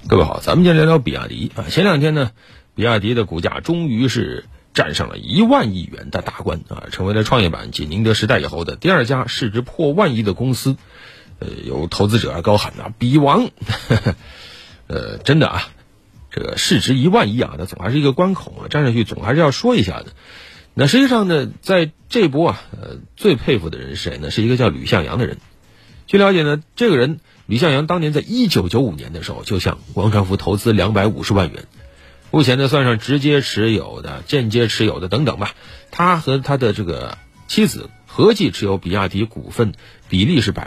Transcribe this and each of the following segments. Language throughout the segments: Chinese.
各位好，咱们今天聊聊比亚迪啊。前两天呢，比亚迪的股价终于是站上了1万亿元的大关啊，成为了创业板继宁德时代以后的第二家市值破万亿的公司。有投资者高喊啊，比王，真的啊，这个市值1万亿啊，那总还是一个关口啊，站上去总还是要说一下的。那实际上呢，在这波啊，最佩服的人是谁呢？是一个叫吕向阳的人。据了解呢，这个人吕向阳当年在1995年的时候就向王传福投资250万元，目前呢算上直接持有的、间接持有的等等吧，他和他的这个妻子合计持有比亚迪股份比例是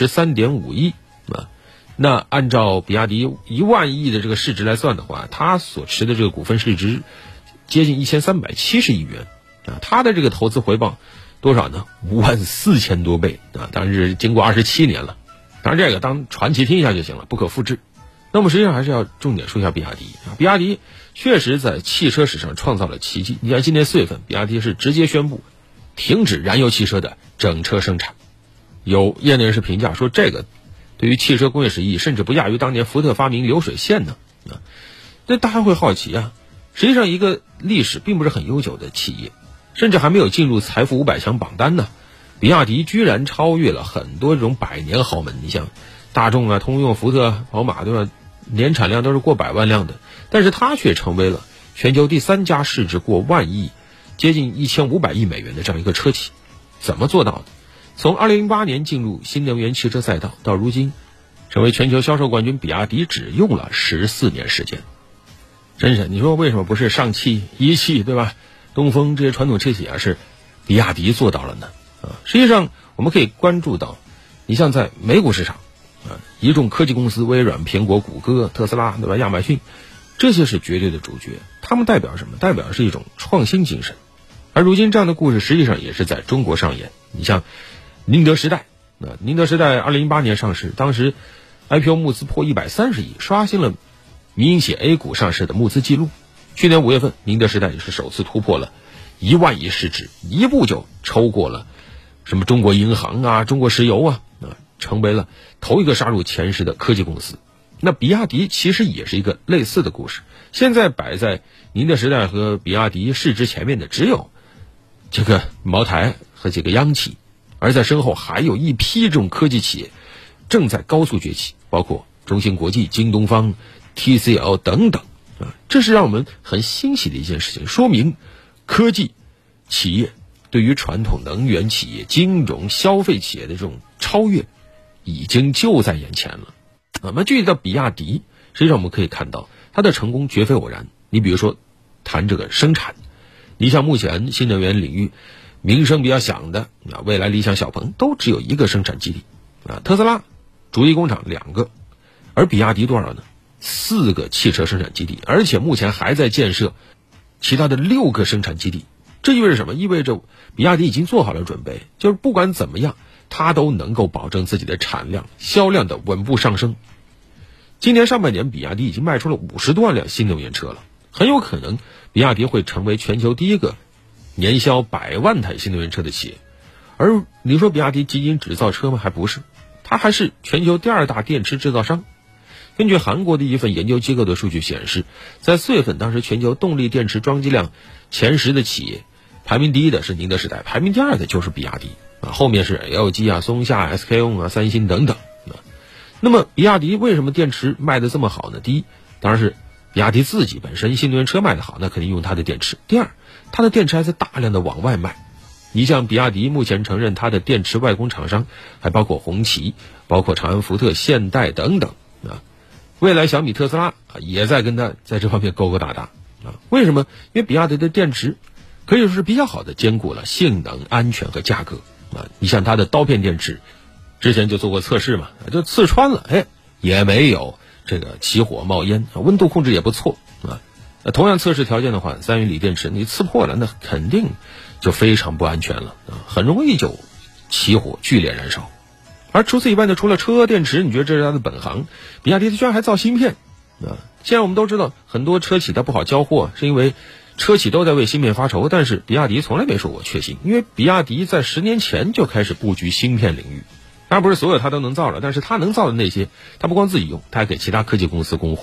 13.51%啊。那按照比亚迪1万亿的这个市值来算的话，他所持的这个股份市值接近1370亿元啊，他的这个投资回报多少呢？54000多倍啊！当然是经过27年了，当然这个当传奇听一下就行了，不可复制。那么实际上还是要重点说一下比亚迪啊，比亚迪确实在汽车史上创造了奇迹。你看今年4月份，比亚迪是直接宣布停止燃油汽车的整车生产。有业内人士评价说，这个对于汽车工业史意义甚至不亚于当年福特发明流水线呢啊。那大家会好奇啊，实际上一个历史并不是很悠久的企业，甚至还没有进入财富500强榜单呢，比亚迪居然超越了很多这种百年豪门。你像大众啊、通用、福特、宝马，对吧？年产量都是过100万辆的，但是它却成为了全球第3家市值过万亿、接近1500亿美元的这样一个车企。怎么做到的？从2008年进入新能源汽车赛道，到如今成为全球销售冠军，比亚迪只用了14年时间。真是，你说为什么不是上汽、一汽，对吧？东风这些传统车企啊，是比亚迪做到了呢？啊，实际上我们可以关注到，你像在美股市场啊，一众科技公司，微软、苹果、谷歌、特斯拉，对吧？亚马逊，这些是绝对的主角。他们代表什么？代表是一种创新精神。而如今这样的故事实际上也是在中国上演。你像宁德时代，宁德时代2008年上市，当时 IPO 募资破130亿，刷新了民营企业 A 股上市的募资记录。去年5月份，宁德时代也是首次突破了1万亿市值，一步就抽过了什么中国银行啊、中国石油啊，成为了头一个杀入前10的科技公司。那比亚迪其实也是一个类似的故事。现在摆在宁德时代和比亚迪市值前面的只有这个茅台和几个央企，而在身后还有一批这种科技企业正在高速崛起，包括中芯国际、京东方、TCL 等等啊，这是让我们很欣喜的一件事情，说明科技企业对于传统能源企业、金融消费企业的这种超越已经就在眼前了。那么具体到比亚迪，实际上我们可以看到它的成功绝非偶然。你比如说谈这个生产，你像目前新能源领域名声比较响的蔚来、理想、小鹏都只有一个生产基地啊，特斯拉主力工厂2个，而比亚迪多少呢？4个汽车生产基地，而且目前还在建设其他的6个生产基地。这意味着什么？意味着比亚迪已经做好了准备，就是不管怎么样，它都能够保证自己的产量、销量的稳步上升。今年上半年，比亚迪已经卖出了50多万辆新能源车了，很有可能比亚迪会成为全球第一个年销100万台新能源车的企业。而你说比亚迪仅仅只造车吗？还不是，它还是全球第2大电池制造商。根据韩国的一份研究机构的数据显示，在4月份，当时全球动力电池装机量前10的企业，排名第一的是宁德时代，排名第2的就是比亚迪啊，后面是 LG 啊、松下、SK On 啊、三星等等啊。那么比亚迪为什么电池卖得这么好呢？第一，当然是比亚迪自己本身新能源车卖得好，那肯定用它的电池。第二，它的电池还在大量的往外卖。你像比亚迪目前承认它的电池外供厂商还包括红旗、包括长安、福特、现代等等啊。未来、小米、特斯拉啊也在跟它在这方面勾勾搭搭啊。为什么？因为比亚迪的电池可以说是比较好的兼顾了性能、安全和价格啊。你像它的刀片电池，之前就做过测试嘛，就刺穿了，也没有这个起火冒烟，温度控制也不错啊。同样测试条件的话，3元锂电池你刺破了，那肯定就非常不安全了啊，很容易就起火，剧烈燃烧。而除此以外呢，除了车电池，你觉得这是它的本行，比亚迪居然还造芯片啊！现在我们都知道，很多车企它不好交货，是因为车企都在为芯片发愁，但是比亚迪从来没说过缺芯，因为比亚迪在10年前就开始布局芯片领域。当然不是所有它都能造了，但是它能造的那些，它不光自己用，它还给其他科技公司供货。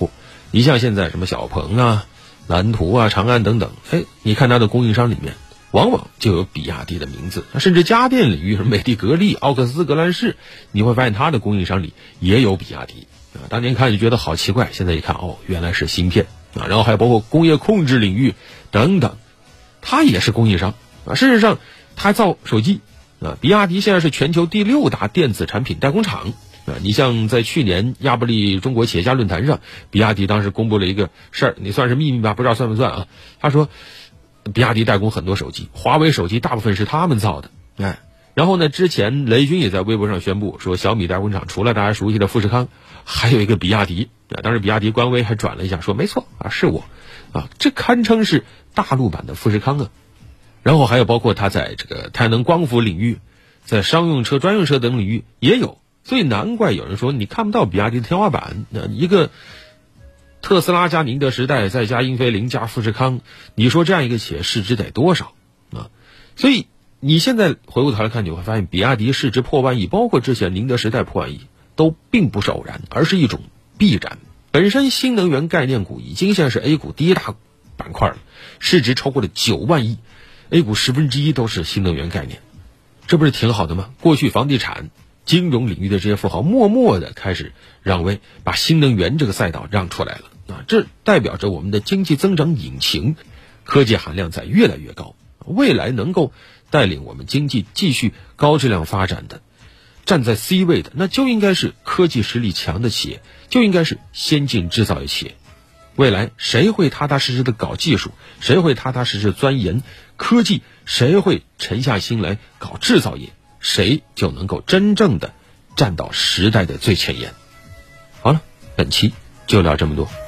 你像现在什么小鹏啊、蓝图啊、长安等等，你看它的供应商里面往往就有比亚迪的名字，甚至家电领域什么美的格力、奥克斯、格兰仕，你会发现它的供应商里也有比亚迪啊。当年看就觉得好奇怪，现在一看原来是芯片啊，然后还有包括工业控制领域等等，它也是供应商啊。事实上，它还造手机啊。比亚迪现在是全球第6大电子产品代工厂啊。你像在去年亚布力中国企业家论坛上，比亚迪当时公布了一个事儿，你算是秘密吧，不知道算不算啊？他说，比亚迪代工很多手机，华为手机大部分是他们造的，然后呢，之前雷军也在微博上宣布说，小米代工厂除了大家熟悉的富士康，还有一个比亚迪啊。当时比亚迪官微还转了一下，说没错啊，是我啊，这堪称是大陆版的富士康啊。然后还有包括它在这个太阳能光伏领域，在商用车、专用车等领域也有，所以难怪有人说你看不到比亚迪的天花板。一个特斯拉加宁德时代再加英飞凌加富士康，你说这样一个企业市值得多少啊？所以你现在回过头来看，你会发现比亚迪市值破万亿，包括之前宁德时代破万亿，都并不是偶然，而是一种必然。本身新能源概念股已经现在是 A 股第1大板块了，市值超过了9万亿，A 股1/10都是新能源概念，这不是挺好的吗？过去房地产、金融领域的这些富豪默默的开始让位，把新能源这个赛道让出来了啊！这代表着我们的经济增长引擎科技含量在越来越高，未来能够带领我们经济继续高质量发展的，站在 C 位的，那就应该是科技实力强的企业，就应该是先进制造业企业。未来谁会踏踏实实的搞技术，谁会踏踏实实钻研科技，谁会沉下心来搞制造业，谁就能够真正的站到时代的最前沿。好了，本期就聊这么多。